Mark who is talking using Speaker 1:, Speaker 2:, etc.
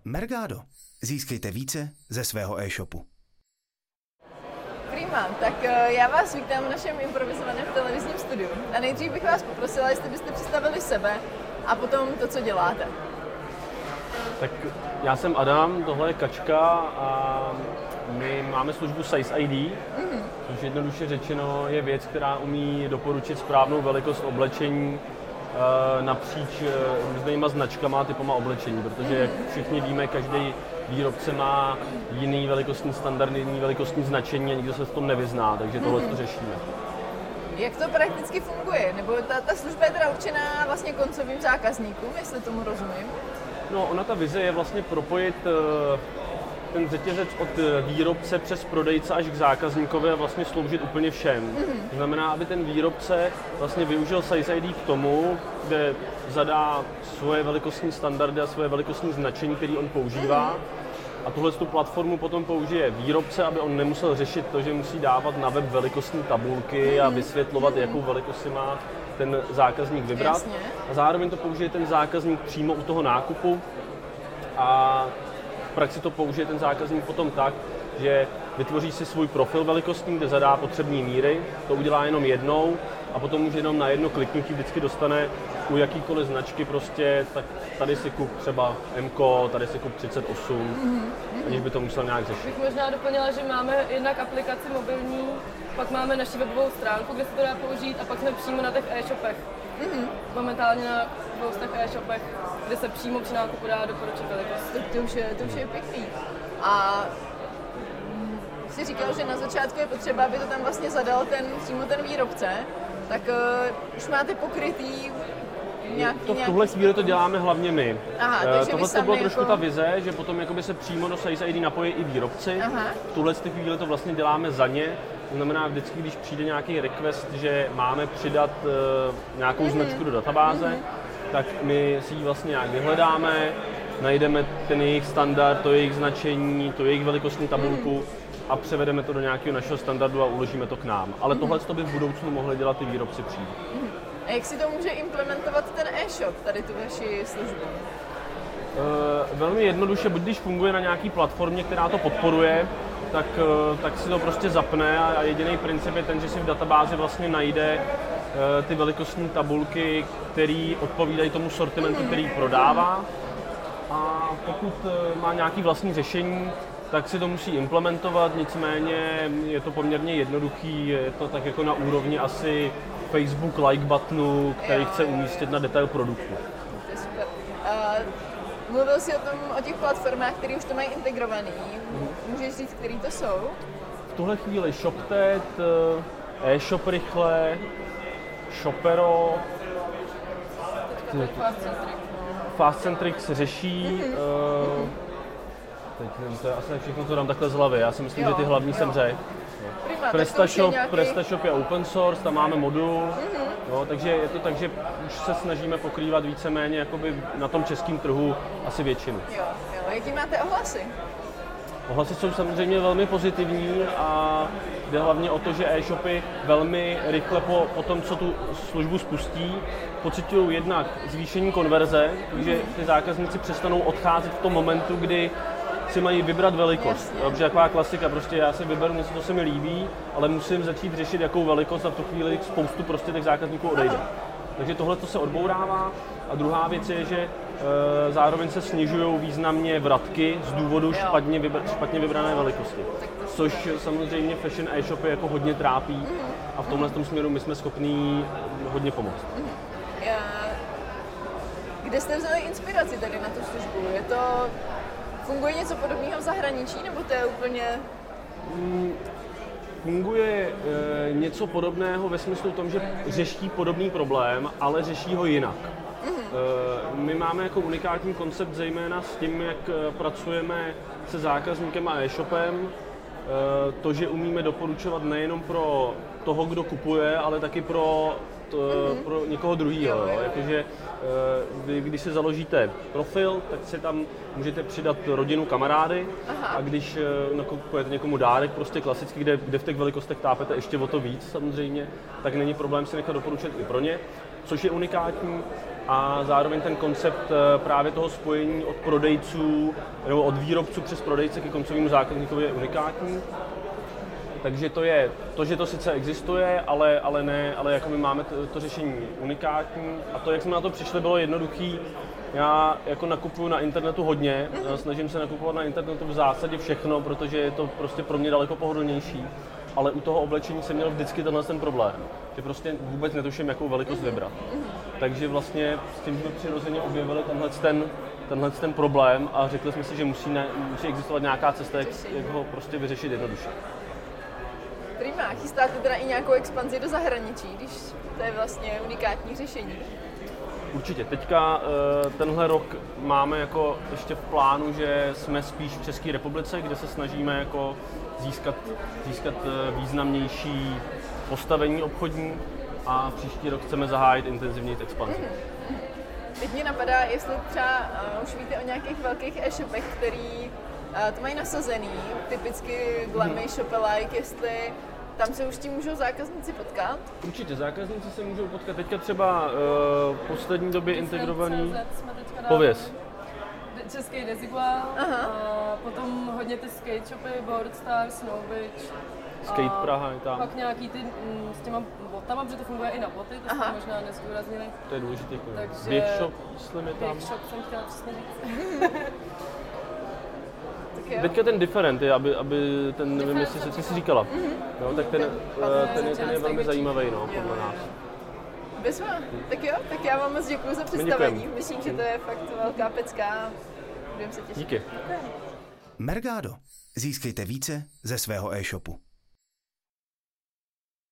Speaker 1: Mergado. Získejte více ze svého e-shopu.
Speaker 2: Prima, tak já vás vítám v našem improvizovaném televizním studiu. A nejdřív bych vás poprosila, jestli byste představili sebe a potom to, co děláte.
Speaker 3: Tak já jsem Adam, tohle je Kačka a my máme službu Size ID, což jednoduše řečeno je věc, která umí doporučit správnou velikost oblečení napříč různýma značkama, typama oblečení, protože jak všichni víme, každý výrobce má jiný velikostní standard, jiný velikostní značení a nikdo se v tom nevyzná, takže tohle to řešíme.
Speaker 2: Jak to prakticky funguje? Nebo ta služba je teda určená vlastně koncovým zákazníkům, jestli tomu rozumím?
Speaker 3: No, ona ta vize je vlastně propojit ten řetězec od výrobce přes prodejce až k zákazníkovi a vlastně sloužit úplně všem. To znamená, aby ten výrobce vlastně využil Size ID k tomu, kde zadá svoje velikostní standardy a svoje velikostní značení, které on používá. A tuhle tu platformu potom použije výrobce, aby on nemusel řešit to, že musí dávat na web velikostní tabulky a vysvětlovat, jakou velikost si má ten zákazník vybrat.
Speaker 2: Jasně.
Speaker 3: A zároveň to použije ten zákazník přímo u toho nákupu a v praxi to použije ten zákazník potom tak, že vytvoří si svůj profil velikostní, kde zadá potřebné míry, to udělá jenom jednou a potom už jenom na jedno kliknutí vždycky dostane u jakýkoliv značky prostě, tak tady si kup třeba MKO, tady si kup 38, aniž by to musel nějak řešit.
Speaker 4: Bych možná doplnila, že máme jednak aplikaci mobilní, pak máme naši webovou stránku, kde se to dá použít a pak jsme přímo na těch e-shopech. Momentálně na těch e-shopech, kde se přímo při nákupu dá doporučit velikost.
Speaker 2: To už je pěkný. A jsi říkal, že na začátku je potřeba, aby to tam vlastně zadal přímo ten výrobce, tak už máte pokrytý nějaký...
Speaker 3: V tuhle chvíli to děláme hlavně my.
Speaker 2: Aha, takže
Speaker 3: tohle to bylo trošku
Speaker 2: jako...
Speaker 3: ta vize, že potom jakoby se přímo do Size ID napojí i výrobci.
Speaker 2: Aha.
Speaker 3: V tuhle chvíli to vlastně děláme za ně. To znamená, vždycky, když přijde nějaký request, že máme přidat nějakou značku do databáze, tak my si ji vlastně nějak vyhledáme, najdeme ten jejich standard, to jejich značení, to jejich velikostní tabulku a převedeme to do nějakého našeho standardu a uložíme to k nám. Ale tohle by v budoucnu mohli dělat i výrobci přímo.
Speaker 2: A jak si to může implementovat ten e-shop, tady tu vaši službu?
Speaker 3: Velmi jednoduše, buď když funguje na nějaký platformě, která to podporuje, tak si to prostě zapne a jediný princip je ten, že si v databázi vlastně najde ty velikostní tabulky, které odpovídají tomu sortimentu, který prodává. A pokud má nějaké vlastní řešení, tak si to musí implementovat, nicméně je to poměrně jednoduchý, je to tak jako na úrovni asi Facebook like buttonu, který chce umístit na detail produktu.
Speaker 2: To je super. Mluvil jsi o těch platformách, které už to mají integrovaný. Můžeš říct, který to jsou?
Speaker 3: V tuhle chvíli ShopTet, e-shop rychle, Shopero, FastCentric se řeší. Teď nevím, to je asi všechno, co dám takhle z hlavy. Já si myslím, že ty hlavní jsem řekl. PrestaShop je open source, tam máme modul, takže je to tak, že už se snažíme pokrývat víceméně jakoby na tom českém trhu asi většinu.
Speaker 2: Jo. Jaký máte ohlasy?
Speaker 3: Ohlasy jsou samozřejmě velmi pozitivní a jde hlavně o to, že e-shopy velmi rychle po tom, co tu službu spustí, pociťují jednak zvýšení konverze, takže ty zákazníci přestanou odcházet v tom momentu, kdy si mají vybrat velikost. Protože taková klasika, prostě já si vyberu něco, co se mi líbí, ale musím začít řešit, jakou velikost a v tu chvíli spoustu prostě těch zákazníků odejde. Takže tohle se odbourává. A druhá věc je, že zároveň se snižují významně vratky z důvodu špatně vybrané velikosti. Což samozřejmě fashion e-shopy jako hodně trápí a v tomhle směru my jsme schopní hodně pomoct.
Speaker 2: Kde jste vzali inspiraci tady na tu službu? Funguje něco podobného v zahraničí, nebo to je úplně...
Speaker 3: Funguje něco podobného ve smyslu tom, že řeší podobný problém, ale řeší ho jinak. My máme jako unikátní koncept zejména s tím, jak pracujeme se zákazníkem a e-shopem. To, že umíme doporučovat nejenom pro toho, kdo kupuje, ale taky pro někoho druhého. Jakože vy, když si založíte profil, tak si tam můžete přidat rodinu, kamarády. A když nakupujete někomu dárek, prostě klasicky, kde v těch velikostech tápete ještě o to víc samozřejmě, tak není problém si nechat doporučit i pro ně, což je unikátní. a zároveň ten koncept právě toho spojení od prodejců nebo od výrobců přes prodejce ke koncovému zákazníkovi je unikátní. Takže to je to, že to sice existuje, ale jako my máme to řešení unikátní a to, jak jsme na to přišli, bylo jednoduchý. Já jako nakupuju na internetu hodně, snažím se nakupovat na internetu v zásadě všechno, protože je to prostě pro mě daleko pohodlnější. Ale u toho oblečení jsem měl vždycky ten problém, že prostě vůbec netuším, jakou velikost vybrat. Takže vlastně s tím jsme přirozeně objevili tenhle problém a řekli jsme si, že musí existovat nějaká cesta, jak ho prostě vyřešit jednoduše.
Speaker 2: Prima, chystáte teda i nějakou expanzi do zahraničí, když to je vlastně unikátní řešení?
Speaker 3: Určitě. Teďka tenhle rok máme jako ještě v plánu, že jsme spíš v České republice, kde se snažíme jako získat významnější postavení obchodní a příští rok chceme zahájit intenzivní expanzi.
Speaker 2: Teď mě napadá, jestli třeba už víte o nějakých velkých e-shopech, který to mají nasazený, typicky Glamy, Shopalike, jestli tam se už tím můžou zákazníci potkat?
Speaker 3: Určitě, zákazníci se můžou potkat. Teďka třeba v poslední době integrovaný Pověz.
Speaker 4: Český Desigual, a potom hodně ty skate shopy, Boardstar, Snowbitch.
Speaker 3: Skate Praha je tam.
Speaker 4: Pak nějaký ty s těma botama, protože to funguje i na boty, to jsme možná nezdůraznili.
Speaker 3: To je důležitý.
Speaker 4: Takže
Speaker 3: Běh shop, myslím, je tam.
Speaker 4: Běh shop jsem chtěla přesně říct.
Speaker 3: Teďka ten Different je, aby ten, nevím, jestli jsi říkala. No, tak ten je velmi zajímavý, no, podle nás.
Speaker 2: Bezva. Tak jo, tak já vám moc děkuji za představení. Myslím, že to je fakt velká pecka. Budeme se těšit.
Speaker 3: Díky.
Speaker 1: Mergado. Získejte více ze svého e-shopu.